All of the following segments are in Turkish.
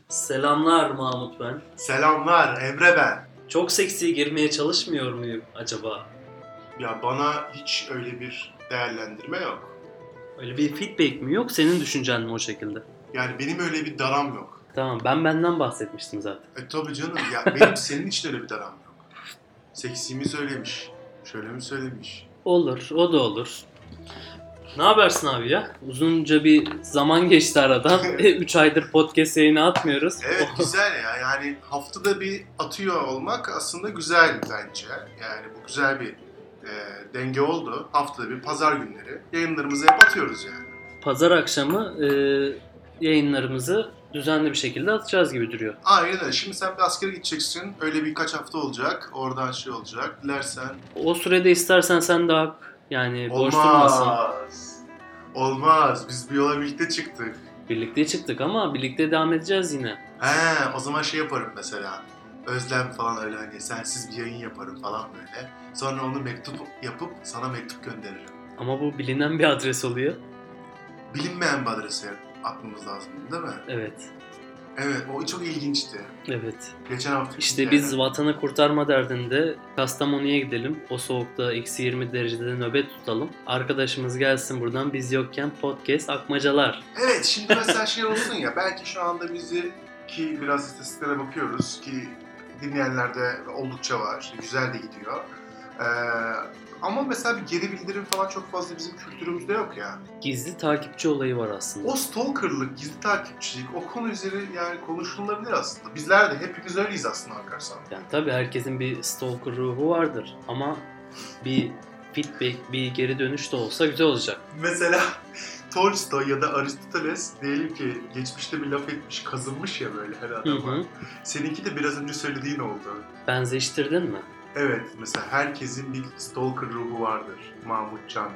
Selamlar Mahmut ben. Selamlar, Emre ben. Çok seksi girmeye çalışmıyor muyum acaba? Ya bana hiç öyle bir değerlendirme yok. Öyle bir feedback mi yok, senin düşüncen mi o şekilde? Yani benim öyle bir daram yok. Tamam, ben benden bahsetmiştim zaten. Tabii canım, ya benim senin için öyle bir daram yok. Seksi mi söylemiş, şöyle mi söylemiş. Olur, o da olur. Ne habersin abi ya? Uzunca bir zaman geçti aradan. 3 aydır podcast yayını atmıyoruz. Evet güzel ya, yani haftada bir atıyor olmak aslında güzel bence. Yani bu güzel bir denge oldu. Haftada bir pazar günleri yayınlarımızı hep atıyoruz yani. Pazar akşamı yayınlarımızı düzenli bir şekilde atacağız gibi duruyor. Aynen öyle. Şimdi sen bir askere gideceksin. Öyle birkaç hafta olacak. Oradan şey olacak. Dilersen... O sürede istersen sen de hak. Yani boş durmasın. Olmaz. Biz bir yola birlikte çıktık. Birlikte çıktık ama birlikte devam edeceğiz yine. O zaman şey yaparım mesela. Özlem falan öyle hani sensiz bir yayın yaparım falan böyle. Sonra onu mektup yapıp sana mektup gönderirim. Ama bu bilinen bir adres oluyor. Bilinmeyen bir adrese atmamız lazım değil mi? Evet. Evet, o çok ilginçti. Evet. Geçen hafta. İşte biz vatanı kurtarma derdinde Kastamonu'ya gidelim. O soğukta -20 derecede nöbet tutalım. Arkadaşımız gelsin buradan, biz yokken podcast akmacalar. Evet, şimdi mesela şey olsun ya, belki şu anda bizi, ki biraz istatistiklere bakıyoruz ki dinleyenler de oldukça var, güzel de gidiyor. Ama mesela bir geri bildirim falan çok fazla bizim kültürümüzde yok ya. Gizli takipçi olayı var aslında. O stalkerlık, gizli takipçilik, o konu üzeri yani konuşulabilir aslında. Bizler de hepimiz öyleyiz aslında bakarsan. Yani tabii herkesin bir stalker ruhu vardır ama bir feedback, bir geri dönüş de olsa güzel olacak. Mesela Tolstoy ya da Aristoteles diyelim ki geçmişte bir laf etmiş, kazınmış ya böyle her adama. Seninki de biraz önce söylediğin oldu. Benzeştirdin mi? Evet, mesela herkesin bir stalker ruhu vardır. Mahmut Can.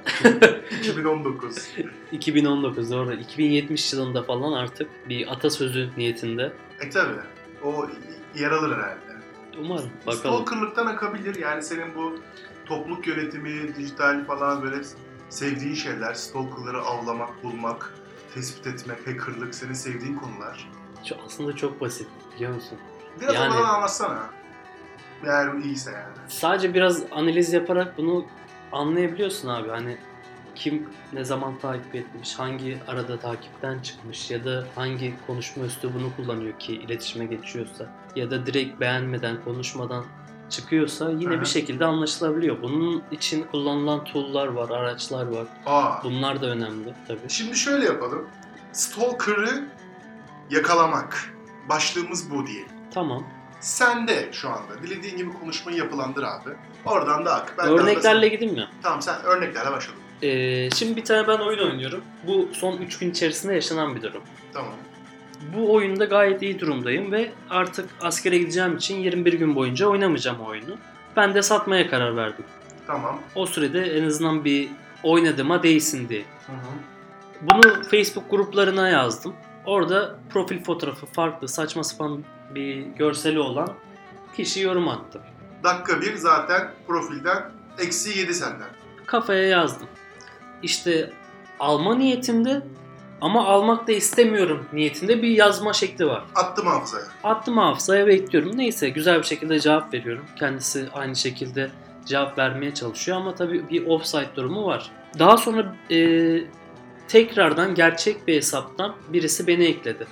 2019. 2019 doğru. 2070 yılında falan artık bir atasözü niyetinde. Tabii. O yer alır herhalde. Umarım. Bakalım. Stalkerlıktan akabilir. Yani senin bu topluluk yönetimi, dijital falan böyle sevdiğin şeyler, stalkerları avlamak, bulmak, tespit etmek, hackerlık senin sevdiğin konular. Aslında çok basit, biliyor musun? Biraz yani, ondan anlatsana. Eğer iyiyse yani. Sadece biraz analiz yaparak bunu anlayabiliyorsun abi. Hani kim ne zaman takip etmiş, hangi arada takipten çıkmış ya da hangi konuşma üslubunu kullanıyor ki iletişime geçiyorsa ya da direkt beğenmeden, konuşmadan çıkıyorsa yine bir şekilde anlaşılabiliyor. Bunun için kullanılan tool'lar var, araçlar var. Bunlar da önemli tabii. Şimdi şöyle yapalım. Stalker'ı yakalamak. Başlığımız bu diyelim. Tamam. Sen de şu anda dilediğin gibi konuşmayı yapılandır abi. Oradan da ak. Örneklerle gideyim mi? Tamam, sen örneklerle başlayalım. Şimdi bir tane ben oyun oynuyorum. Bu son 3 gün içerisinde yaşanan bir durum. Tamam. Bu oyunda gayet iyi durumdayım ve artık askere gideceğim için 21 gün boyunca oynamayacağım o oyunu. Ben de satmaya karar verdim. Tamam. O sürede en azından bir oynadığıma değsin diye. Hı. Bunu Facebook gruplarına yazdım. Orada profil fotoğrafı farklı, saçma sapan bir görseli olan kişi yorum attı. Dakika 1 zaten profilden -7 senden. Kafaya yazdım. İşte alma niyetimde ama almak da istemiyorum niyetinde bir yazma şekli var. Attım hafızaya. Attım hafızaya, bekliyorum. Neyse, güzel bir şekilde cevap veriyorum. Kendisi aynı şekilde cevap vermeye çalışıyor ama tabii bir offside durumu var. Daha sonra tekrardan gerçek bir hesaptan birisi beni ekledi.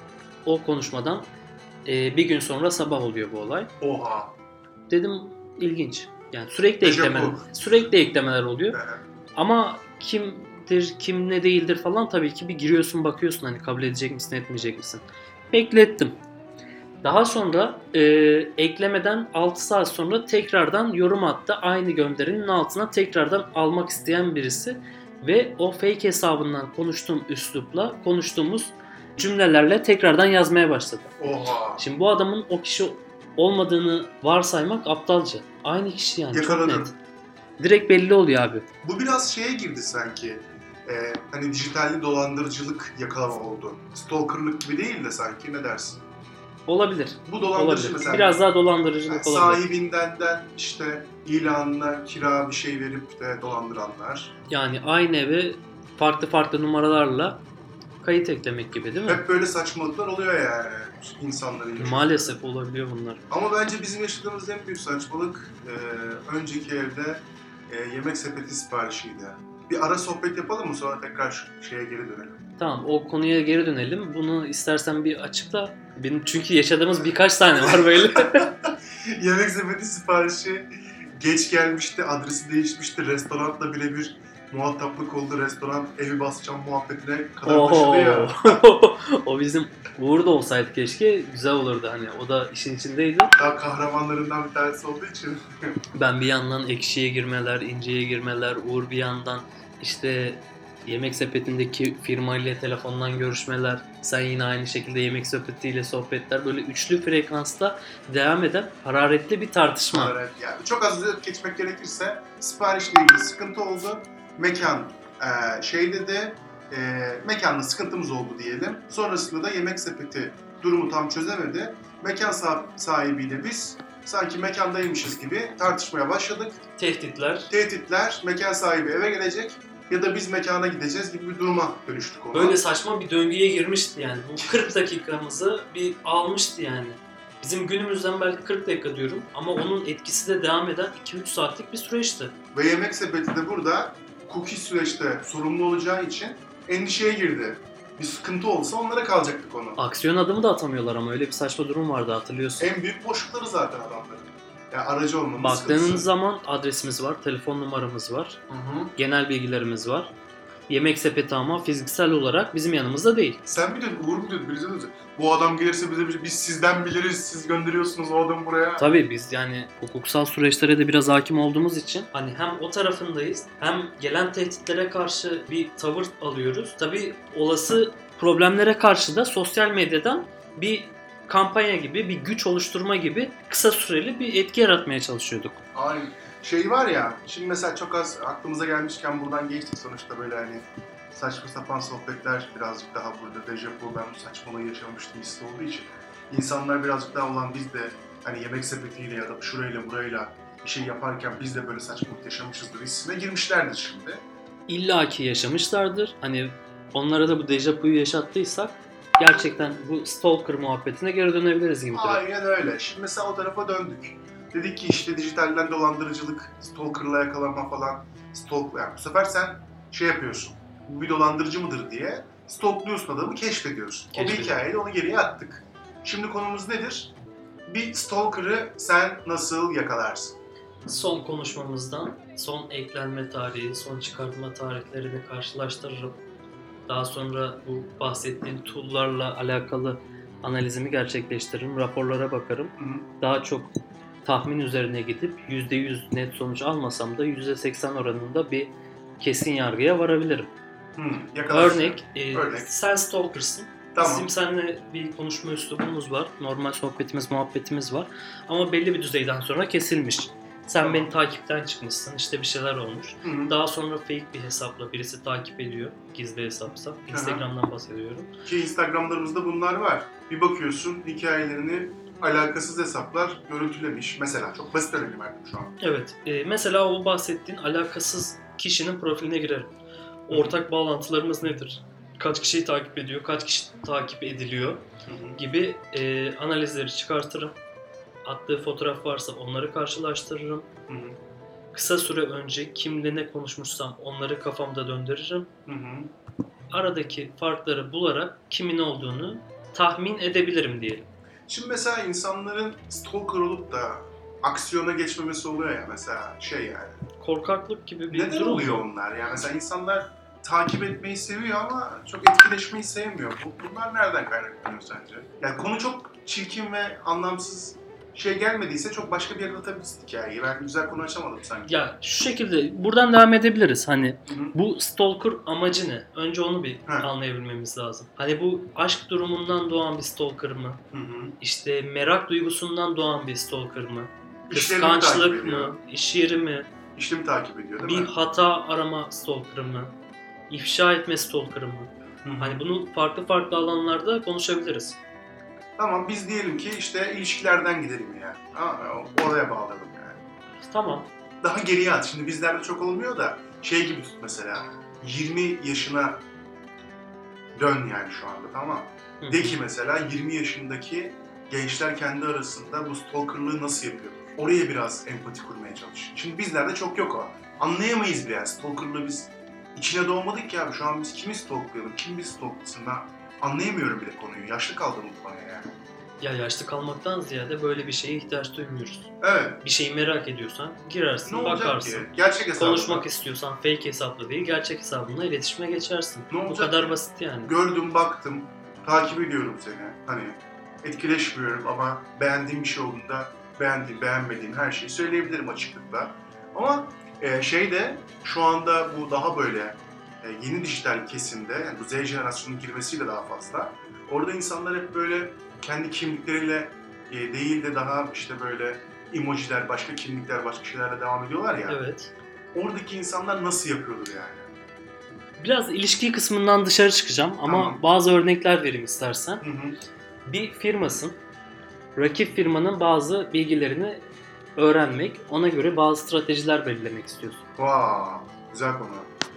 O konuşmadan bir gün sonra sabah oluyor bu olay. Oha. Dedim ilginç. Yani sürekli eklemeler oluyor. Ama kimdir, kim ne değildir falan tabii ki bir giriyorsun, bakıyorsun hani kabul edecek misin, etmeyecek misin. Beklettim. Daha sonra eklemeden 6 saat sonra tekrardan yorum attı. Aynı gönderinin altına tekrardan almak isteyen birisi ve o fake hesabından konuştuğum üslupla, konuştuğumuz cümlelerle tekrardan yazmaya başladı. Oha. Şimdi bu adamın o kişi olmadığını varsaymak aptalca. Aynı kişi yani. Yakaladım. Direkt belli oluyor abi. Bu biraz şeye girdi sanki. Hani dijitalde dolandırıcılık yakalama oldu. Stalkerlık gibi değil de sanki, ne dersin? Olabilir. Bu dolandırıcı mesela. Biraz daha dolandırıcılık olabilir. Sahibinden işte ilanına kira bir şey verip de dolandıranlar. Yani aynı eve farklı numaralarla kayıt eklemek gibi değil mi? Hep böyle saçmalıklar oluyor yani insanların. Maalesef olabiliyor bunlar. Ama bence bizim yaşadığımız en büyük saçmalık önceki evde yemek sepeti siparişiydi. Bir ara sohbet yapalım mı, sonra tekrar şeye geri dönelim? Tamam, o konuya geri dönelim. Bunu istersen bir açıkla. Benim çünkü yaşadığımız birkaç tane var böyle. Yemek sepeti siparişi geç gelmişti, adresi değişmişti, restoranla birebir muhataplık oldu, restoran evi basacağım muhabbetine kadar başladı ya. O bizim Uğur da olsaydı keşke, güzel olurdu hani, o da işin içindeydi. Daha kahramanlarından bir tanesi olduğu için. Ben bir yandan Ekşi'ye girmeler, İnce'ye girmeler, Uğur bir yandan işte Yemek Sepeti'ndeki firmayla telefondan görüşmeler, sen yine aynı şekilde Yemek Sepeti'yle sohbetler, böyle üçlü frekansta devam eden hararetli bir tartışma. Evet, yani çok az özet geçmek gerekirse siparişle ilgili sıkıntı oldu. Mekan mekanla sıkıntımız oldu diyelim. Sonrasında da Yemek Sepeti durumu tam çözemedi. Mekan sahibiyle biz sanki mekandaymışız gibi tartışmaya başladık. Tehditler, mekan sahibi eve gelecek ya da biz mekana gideceğiz gibi bir duruma dönüştük ona. Böyle saçma bir döngüye girmişti yani. Bu 40 dakikamızı bir almıştı yani. Bizim günümüzden belki 40 dakika diyorum ama onun etkisi de devam eden 2-3 saatlik bir süreçti. Ve Yemek Sepeti de burada cookie süreçte sorumlu olacağı için endişeye girdi. Bir sıkıntı olsa onlara kalacaktık onu. Aksiyon adımı da atamıyorlar ama öyle bir saçma durum vardı, hatırlıyorsun. En büyük boşlukları zaten adamların. Yani aracı olmanın baktığınız sıkıntısı. zaman adresimiz var, telefon numaramız var, Hı-hı. genel bilgilerimiz var. Yemek Sepeti ama fiziksel olarak bizim yanımızda değil. Sen mi diyordun, Uğur mu diyordun, birisi diyordun. Bu adam gelirse biz sizden biliriz, siz gönderiyorsunuz o adamı buraya. Tabii biz yani hukuksal süreçlere de biraz hakim olduğumuz için hani hem o tarafındayız, hem gelen tehditlere karşı bir tavır alıyoruz. Tabii olası problemlere karşı da sosyal medyadan bir kampanya gibi, bir güç oluşturma gibi kısa süreli bir etki yaratmaya çalışıyorduk. Aynen. Şey var ya, şimdi mesela çok az aklımıza gelmişken buradan geçtik sonuçta, böyle hani saçma sapan sohbetler birazcık daha burada dejavu, ben bu saçmalığı yaşamıştım hissi olduğu için insanlar birazcık daha olan biz de hani Yemek Sepeti'yle ya da şurayla burayla bir şey yaparken biz de böyle saçmalık yaşamışızdır hissine girmişlerdir şimdi. İlla ki yaşamışlardır. Hani onlara da bu dejavuyu yaşattıysak gerçekten bu stalker muhabbetine geri dönebiliriz gibi duruyor. Aynen öyle. Şimdi mesela o tarafa döndük. Dedik ki işte dijitalden dolandırıcılık, stalker'la yakalanma falan. Yani bu sefer sen şey yapıyorsun, bu bir dolandırıcı mıdır diye stalkluyorsun adamı, keşfediyorsun. O bir hikayeyle onu geriye attık. Şimdi konumuz nedir? Bir stalker'ı sen nasıl yakalarsın? Son konuşmamızdan son eklenme tarihi, son çıkartma tarihlerini karşılaştırırım. Daha sonra bu bahsettiğim tool'larla alakalı analizimi gerçekleştiririm, raporlara bakarım. Daha çok tahmin üzerine gidip %100 net sonuç almasam da %80 oranında bir kesin yargıya varabilirim. Örnek. Sen stalker'sın. Tamam. Bizim seninle bir konuşma üslubumuz var. Normal sohbetimiz, muhabbetimiz var. Ama belli bir düzeyden sonra kesilmiş. Sen beni takipten çıkmışsın, işte bir şeyler olmuş. Hı-hı. Daha sonra fake bir hesapla birisi takip ediyor. Gizli hesapsa. Instagram'dan bahsediyorum. Ki Instagram'larımızda bunlar var. Bir bakıyorsun hikayelerini alakasız hesaplar görüntülemiş. Mesela çok basit örneği verdim şu an. Evet. Mesela o bahsettiğin alakasız kişinin profiline girerim. Ortak bağlantılarımız nedir? Kaç kişiyi takip ediyor, kaç kişi takip ediliyor gibi analizleri çıkartırım. Attığı fotoğraf varsa onları karşılaştırırım. Kısa süre önce kimle ne konuşmuşsam onları kafamda döndürürüm. Aradaki farkları bularak kimin olduğunu tahmin edebilirim diyelim. Şimdi mesela insanların stalker olup da aksiyona geçmemesi oluyor ya, mesela şey yani. Korkaklık gibi bir neden durum. oluyor onlar? Yani mesela insanlar takip etmeyi seviyor ama çok etkileşmeyi sevmiyor. Bunlar nereden kaynaklanıyor sence? Yani konu çok çirkin ve anlamsız şey gelmediyse çok başka bir yere atabiliriz hikayeyi. Ben güzel konu açamadım sanki. Ya şu şekilde buradan devam edebiliriz. Hani bu stalker amacı ne? Önce onu bir anlayabilmemiz lazım. Hani bu aşk durumundan doğan bir stalker mı? İşte merak duygusundan doğan bir stalker mı? Kıskançlık mı? İş yeri mi? İşlemi takip ediyor değil mi? Bir hata arama stalker mı? İfşa etme stalker mı? Hani bunu farklı farklı alanlarda konuşabiliriz. Tamam, biz diyelim ki işte ilişkilerden gidelim yani. Oraya bağlayalım yani. Tamam. Daha geriye at. Şimdi bizlerde çok olmuyor da şey gibi tut mesela. 20 yaşına dön yani şu anda, tamam. De ki mesela 20 yaşındaki gençler kendi arasında bu stalkerlığı nasıl yapıyordur? Oraya biraz empati kurmaya çalış. Şimdi bizlerde çok yok o. Anlayamayız bile yani stalkerlığı biz içine doğmadık ki abi. Şu an biz kimi stalklayalım, kim bizi stalklasın, ben anlayamıyorum bile konuyu. Yaşlı kaldım bu konuya yani. Ya yaşlı kalmaktan ziyade böyle bir şeye ihtiyaç duymuyoruz. Evet. Bir şeyi merak ediyorsan girersin, ne bakarsın. Ki? Gerçek hesabına. Konuşmak istiyorsan fake hesapla değil, gerçek hesabına iletişime geçersin. Bu kadar ki? Basit yani. Gördüm, baktım, takip ediyorum seni. Hani etkileşmiyorum ama beğendiğim bir şey olduğunda beğendiğim, beğenmediğim her şeyi söyleyebilirim açıklıkla. Ama şu anda bu daha böyle yeni dijital kesimde, yani bu Z jenerasyonunun girmesiyle daha fazla. Orada insanlar hep böyle kendi kimlikleriyle değil de daha işte böyle emojiler, başka kimlikler, başka şeylerle devam ediyorlar ya. Evet. Oradaki insanlar nasıl yapıyordur yani? Biraz ilişki kısmından dışarı çıkacağım ama tamam. Bazı örnekler vereyim istersen. Hı hı. Bir firmasın, rakip firmanın bazı bilgilerini öğrenmek, ona göre bazı stratejiler belirlemek istiyorsun. Vaa, güzel konu.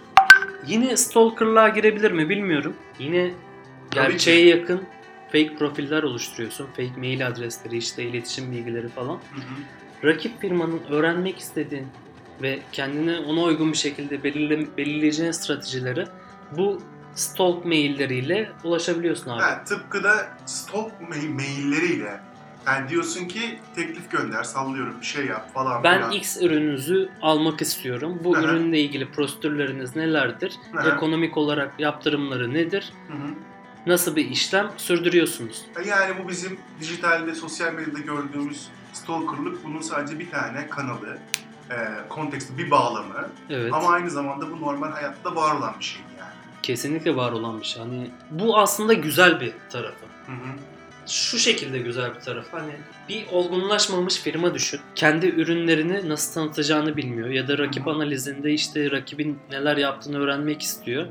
Yine stalkerlığa girebilir mi bilmiyorum. Yine gerçeğe yakın fake profiller oluşturuyorsun. Fake mail adresleri, işte iletişim bilgileri falan. Hı hı. Rakip firmanın öğrenmek istediğin ve kendine ona uygun bir şekilde belirleyeceğin stratejileri bu stalk mailleriyle ulaşabiliyorsun abi. Evet, tıpkı da stalk mailleriyle. Yani diyorsun ki teklif gönder, sallıyorum, bir şey yap falan ben filan. X ürününüzü almak istiyorum. Bu Hı-hı. ürünle ilgili prosedürleriniz nelerdir? Hı-hı. Ekonomik olarak yaptırımları nedir? Hı-hı. Nasıl bir işlem sürdürüyorsunuz? Yani bu bizim dijitalde, sosyal medyada gördüğümüz stalkerlık, bunun sadece bir tane kanalı, konteksti, bir bağlamı. Evet. Ama aynı zamanda bu normal hayatta var olan bir şey yani. Kesinlikle var olan bir şey. Hani bu aslında güzel bir tarafı. Hı-hı. Şu şekilde güzel bir tarafı, hani bir olgunlaşmamış firma düşün. Kendi ürünlerini nasıl tanıtacağını bilmiyor ya da rakip analizinde işte rakibin neler yaptığını öğrenmek istiyor.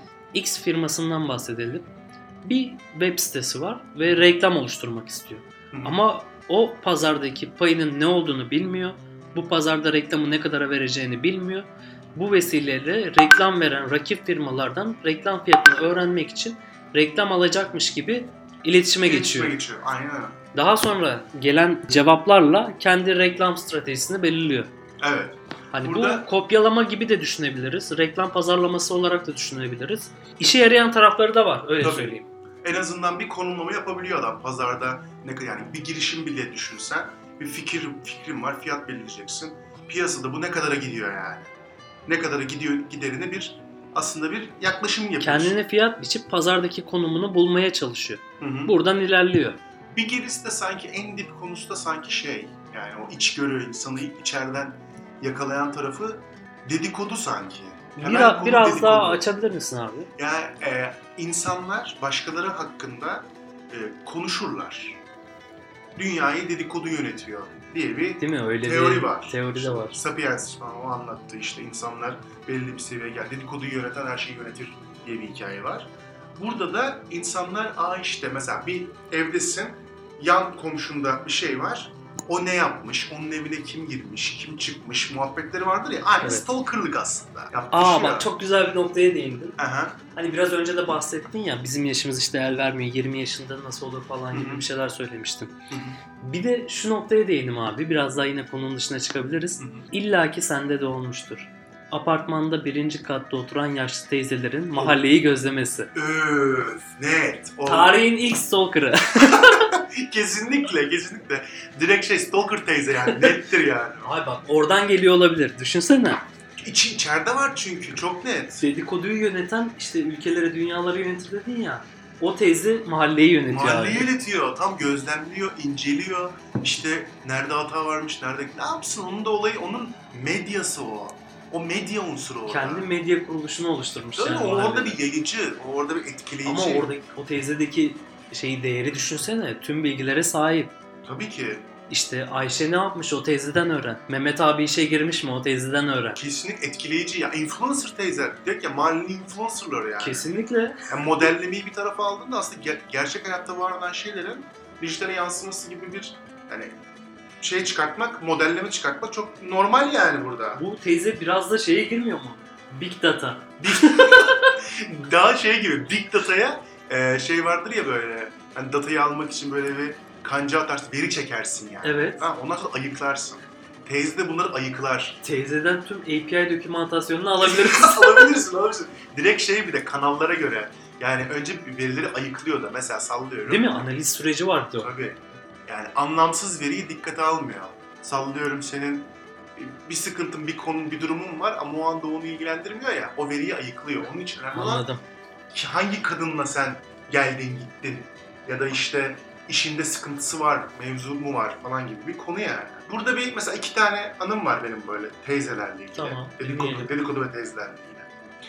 X firmasından bahsedelim. Bir web sitesi var ve reklam oluşturmak istiyor. Ama o pazardaki payının ne olduğunu bilmiyor. Bu pazarda reklamı ne kadara vereceğini bilmiyor. Bu vesileyle reklam veren rakip firmalardan reklam fiyatını öğrenmek için reklam alacakmış gibi İletişime geçiyor. Aynen öyle. Daha sonra gelen cevaplarla kendi reklam stratejisini belirliyor. Evet. Hani bu kopyalama gibi de düşünebiliriz. Reklam pazarlaması olarak da düşünebiliriz. İşe yarayan tarafları da var, öyle söyleyeyim. En azından bir konumlama yapabiliyor adam pazarda. Yani bir girişim bile düşünsen, bir fikrin var, fiyat belirleyeceksin. Piyasada bu ne kadara gidiyor yani? Ne kadara giderini aslında bir yaklaşım yapıyorsun. Kendine fiyat biçip pazardaki konumunu bulmaya çalışıyor. Hı-hı. Buradan ilerliyor. Bir gerisi de sanki en dip konusu da sanki yani o içgörü, insanı içeriden yakalayan tarafı dedikodu sanki. Biraz daha açabilir misin abi? Yani insanlar başkaları hakkında konuşurlar. Dünyayı dedikodu yönetiyor diye bir değil mi? Öyle teori var. Teori de var. Sapiens falan o anlattı, işte insanlar belli bir seviyeye geldi. Dedikoduyu yöneten her şeyi yönetir diye bir hikaye var. Burada da insanlar işte mesela bir evdesin, yan komşunda bir şey var. O ne yapmış, onun evine kim girmiş, kim çıkmış muhabbetleri vardır ya. Aynı stalkerlık aslında. Bak çok güzel bir noktaya değindin. Aha. Hani biraz önce de bahsettin ya, bizim yaşımız işte el vermiyor, 20 yaşında nasıl olur falan gibi bir şeyler söylemiştim. Bir de şu noktaya değindim abi, biraz daha yine konunun dışına çıkabiliriz. İlla ki sende de olmuştur. Apartmanda 1. katta oturan yaşlı teyzelerin mahalleyi gözlemesi. Net. Tarihin ilk stalker'ı. Kesinlikle. Direkt stalker teyze yani, nettir yani. Ay bak, oradan geliyor olabilir, düşünsene. İçeride var çünkü, çok net. Dedikoduyu yöneten, işte ülkeleri, dünyaları yönetir dedin ya. O teyze mahalleyi yönetiyor. Mahalleyi yönetiyor. Tam gözlemliyor, inceliyor. İşte nerede hata varmış, nerede... Ne yapsın? Onun da olayı, onun medyası o. O medya unsuru orada. Kendi medya kuruluşunu oluşturmuş. Öyle, yani orada bir yayıcı, orada bir etkileyici. Ama orada o teyzedeki değeri düşünsene. Tüm bilgilere sahip. Tabii ki. İşte Ayşe ne yapmış, o teyzeden öğren. Mehmet abi işe girmiş mi, o teyzeden öğren. Kesinlikle etkileyici ya. Influencer teyze. Diyor ki mahallenin influencerları yani. Kesinlikle. Yani modellemeyi bir tarafa aldığında aslında gerçek hayatta var olan şeylerin dijitale yansıması gibi bir çıkartmak, modelleme çıkartmak çok normal yani burada. Bu teyze biraz da girmiyor mu? Big Data. Daha şey gibi Big Data'ya şey vardır ya böyle hani datayı almak için böyle bir kanca atarsın, veri çekersin yani. Evet. Ha, ondan sonra ayıklarsın. Teyze de bunları ayıklar. Teyzeden tüm API dokümantasyonunu alabiliriz. alabilirsin. Direkt şey bir de kanallara göre. Yani önce verileri ayıklıyor da mesela sallıyorum. Değil mi? Analiz süreci vardı o. Tabii. Yani anlamsız veriyi dikkate almıyor. Sallıyorum senin bir sıkıntın, bir konun, bir durumun var ama o anda onu ilgilendirmiyor ya. O veriyi ayıklıyor. Onun için önemli olan hangi kadınla sen geldin gittin ya da işte işinde sıkıntısı var, mevzu mu var falan gibi bir konu yani. Burada bir mesela 2 tane anım var benim böyle teyzelerle ilgili. Tamam. Dedikodu ve teyzelerle ilgili.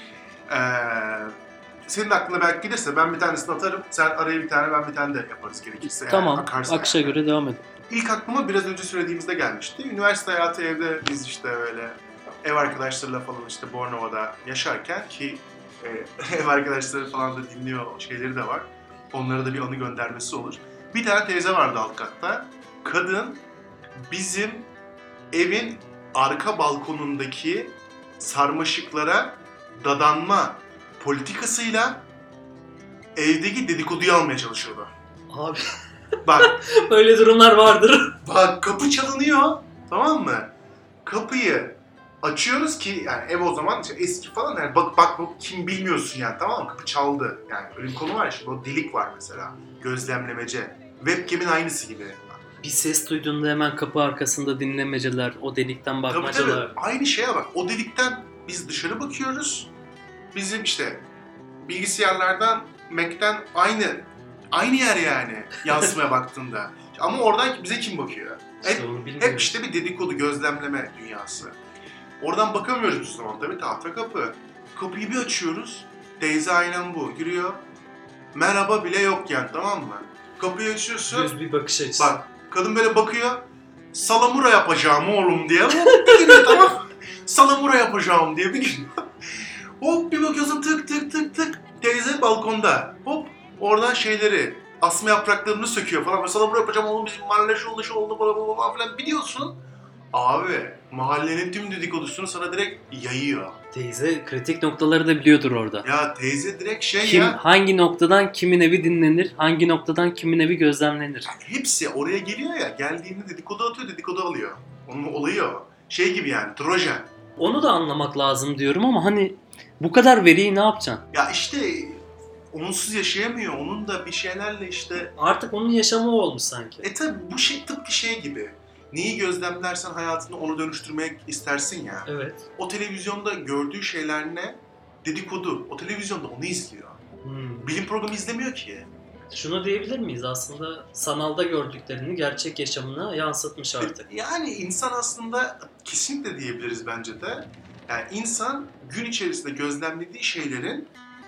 Senin de aklına belki gelirse ben bir tanesini atarım. Sen araya bir tane, ben bir tane de yaparız gerekirse. Tamam. Yani akışa göre devam edelim. İlk aklıma biraz önce söylediğimizde gelmişti. Üniversite hayatı evde biz işte öyle ev arkadaşlarıyla falan işte Bornova'da yaşarken ki ev arkadaşları falan da dinliyor şeyleri de var. Onlara da bir anı göndermesi olur. Bir tane teyze vardı alt katta. Kadın bizim evin arka balkonundaki sarmaşıklara dadanma politikasıyla evdeki dedikoduyu almaya çalışıyordu. Abi bak böyle durumlar vardır. Bak kapı çalınıyor, tamam mı? Kapıyı açıyoruz ki yani ev o zaman işte eski falan yani bak kim bilmiyorsun yani, tamam mı? Kapı çaldı. Yani öyle bir konu var ya, şimdi o delik var mesela. Gözlemlemece. Webcam'in aynısı gibi. Bir ses duyduğunda hemen kapı arkasında dinlemeceler, o delikten bakmacalar. Tabii. Aynı şeye bak. O delikten biz dışarı bakıyoruz. Bizim işte bilgisayarlardan, Mac'ten aynı yer yani yansımaya baktığında. Ama oradan bize kim bakıyor? Hep işte bir dedikodu, gözlemleme dünyası. Oradan bakamıyoruz bu zaman tabii, tahta kapı. Kapıyı bir açıyoruz, teyze aynen bu. Giriyor, merhaba bile yok yani, tamam mı? Kapıyı açıyorsun. Düz bir bakış açısı. Bak, kadın böyle bakıyor, salamura yapacağım oğlum diye. Bir giriyor, tamam. Salamura yapacağım diye bir giriyor. Hop bir bakıyorsun, tık tık tık tık. Teyze balkonda. Hop oradan şeyleri, asma yapraklarını söküyor falan. Mesela bunu yapacağım oğlum, bizim mahalle şu oldu falan filan biliyorsun. Abi mahallenin tüm dedikodusunu sana direkt yayıyor. Teyze kritik noktaları da biliyordur orada. Ya teyze direkt ya. Hangi noktadan kimin evi dinlenir, hangi noktadan kimin evi gözlemlenir. Yani hepsi oraya geliyor ya, geldiğinde dedikodu atıyor, dedikodu alıyor. Onun olayı o. Şey gibi yani, Trojan. Onu da anlamak lazım diyorum ama hani bu kadar veriyi ne yapacaksın? Ya işte onsuz yaşayamıyor. Onun da bir şeylerle işte... Artık onun yaşamı olmuş sanki. Tabi bu şey tıpkı şey gibi. Neyi gözlemlersen hayatını onu dönüştürmek istersin ya. Evet. O televizyonda gördüğü şeyler ne? Dedikodu. O televizyonda onu izliyor. Bilim programı izlemiyor ki. Şunu diyebilir miyiz? Aslında sanalda gördüklerini gerçek yaşamına yansıtmış artık. Yani insan aslında kesinlikle diyebiliriz bence de. Yani insan gün içerisinde gözlemlediği şeylerin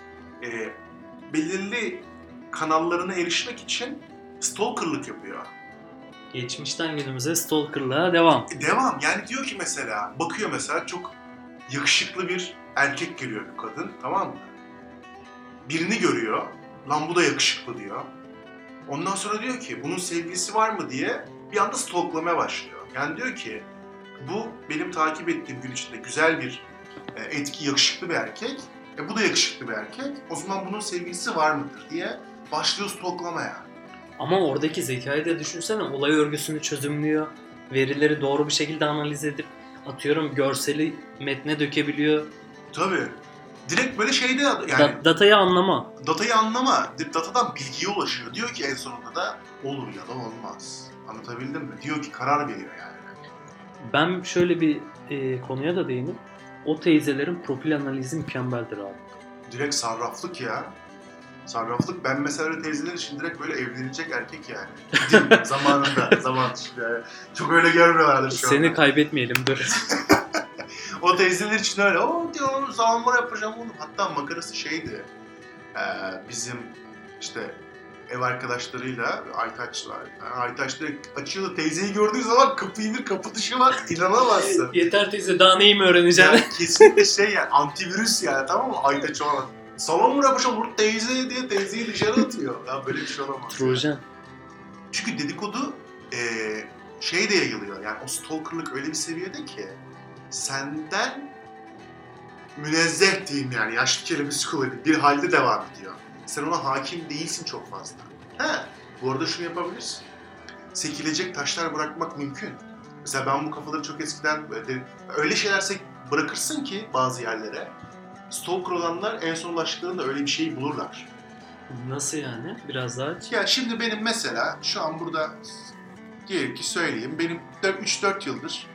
belirli kanallarına erişmek için stalkerlık yapıyor. Geçmişten günümüze stalkerlığa devam. Devam. Yani diyor ki mesela, bakıyor mesela çok yakışıklı bir erkek görüyor bir kadın, tamam mı? Birini görüyor, lan bu da yakışıklı diyor. Ondan sonra diyor ki bunun sevgilisi var mı diye bir anda stalklamaya başlıyor. Yani diyor ki bu benim takip ettiğim gün içinde güzel bir etki, yakışıklı bir erkek. Bu da yakışıklı bir erkek. O zaman bunun sevgilisi var mıdır diye başlıyor stalklamaya. Ama oradaki zekayı da düşünsene, olay örgüsünü çözümlüyor. Verileri doğru bir şekilde analiz edip atıyorum görseli metne dökebiliyor. Tabii. Direkt böyle şeyde yani... Datayı anlama. Datayı anlama. Datadan bilgiye ulaşıyor. Diyor ki en sonunda da olur ya da olmaz. Anlatabildim mi? Diyor ki karar veriyor yani. Ben şöyle bir konuya da değinip, o teyzelerin profil analizi mükemmeldir abi. Direkt sarraflık ya. Sarraflık. Ben mesela öyle teyzeler için direkt böyle evlenecek erkek yani. Zamanında. Zaman yani. Çok öyle görmüyorlardır şu anda. Seni kaybetmeyelim dur. O teyzeler için öyle. O diyor zamanlar yapacağım onu. Hatta makarası şeydi. Bizim işte ev arkadaşlarıyla Aytaçlar. Aytaç direkt açıyordu. Teyzeyi gördüğü zaman kapıyı bir kapı dışı var. İnanamazsın. Yeter teyze, daha neyi mi öğreneceksin? Yani kesinlikle şey yani antivirüs yani, tamam mı? Aytaç olan. Salon bırakmışım bunu teyze diye teyzeyi dışarı atıyor. Ya böyle bir şey olamaz. Trojan. Yani. Çünkü dedikodu şey de yayılıyor. Yani o stalkerlık öyle bir seviyede ki senden münezzeh diyeyim yani, yaşlı kelimesi kullanayım, bir halde devam ediyor. Sen ona hakim değilsin çok fazla. Bu arada şunu yapabilirsin. Sekilecek taşlar bırakmak mümkün. Mesela ben bu kafaları çok eskiden öyle şeyler bırakırsın ki bazı yerlere, stalker olanlar en son ulaştıklarında öyle bir şey bulurlar. Nasıl yani? Biraz daha aç. Ya şimdi benim mesela şu an burada diyelim ki söyleyeyim, benim 3-4 yıldır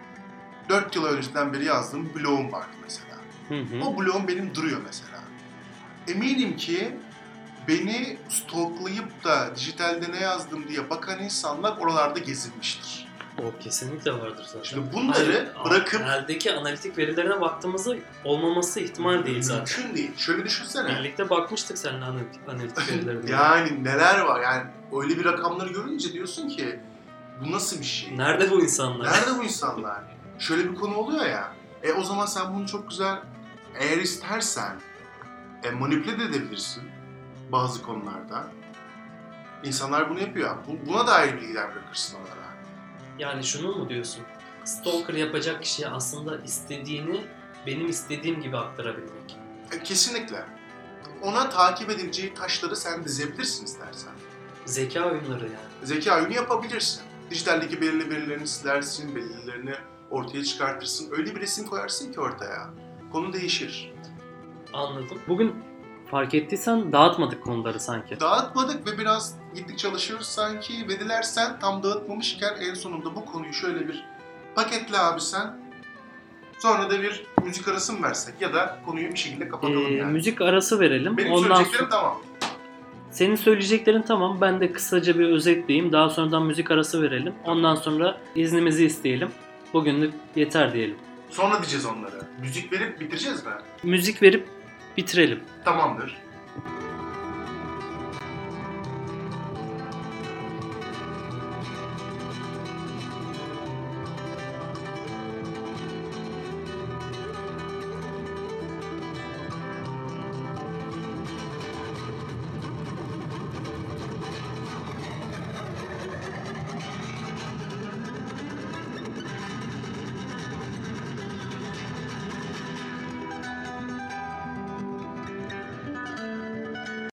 4 yıl öncesinden beri yazdığım blogum vardı mesela. O blogum benim duruyor mesela. Eminim ki beni stalklayıp da dijitalde ne yazdım diye bakan insanlar oralarda gezinmiştir. O kesinlikle vardır zaten. Şimdi bunları bırakıp... Eldeki analitik verilerine baktığımızda olmaması ihtimal değil zaten. Mümkün değil. Şöyle düşünsene. Birlikte bakmıştık seninle analitik verilerine. Yani neler var yani, öyle bir rakamları görünce diyorsun ki bu nasıl bir şey? Nerede bu insanlar? Nerede bu insanlar? Şöyle bir konu oluyor ya. O zaman sen bunu çok güzel, eğer istersen manipüle de edebilirsin bazı konularda. İnsanlar bunu yapıyor. Buna dair bilgiler bırakırsın onlara. Yani şunu mu diyorsun? Stalker yapacak kişiye aslında istediğini benim istediğim gibi aktarabilmek. Kesinlikle. Ona takip edileceği taşları sen dizebilirsin istersen. Zeka oyunları yani. Zeka oyunu yapabilirsin. Dijitaldeki belirli verilerini silersin, belirlerini ortaya çıkartırsın. Öyle bir resim koyarsın ki ortaya. Konu değişir. Anladım. Bugün fark ettiysen dağıtmadık konuları sanki. Dağıtmadık ve biraz gittik çalışıyoruz sanki. Ve dilersen tam dağıtmamışken en sonunda bu konuyu şöyle bir paketle abi sen. Sonra da bir müzik arası mı versek ya da konuyu bir şekilde kapatalım yani. Müzik arası verelim. Benim söyleyeceklerim tamam. Senin söyleyeceklerin tamam. Ben de kısaca bir özetleyeyim. Daha sonradan müzik arası verelim. Ondan sonra iznimizi isteyelim. Bugünlük yeter diyelim. Sonra diyeceğiz onları. Müzik verip bitireceğiz mi? Müzik verip bitirelim. Tamamdır.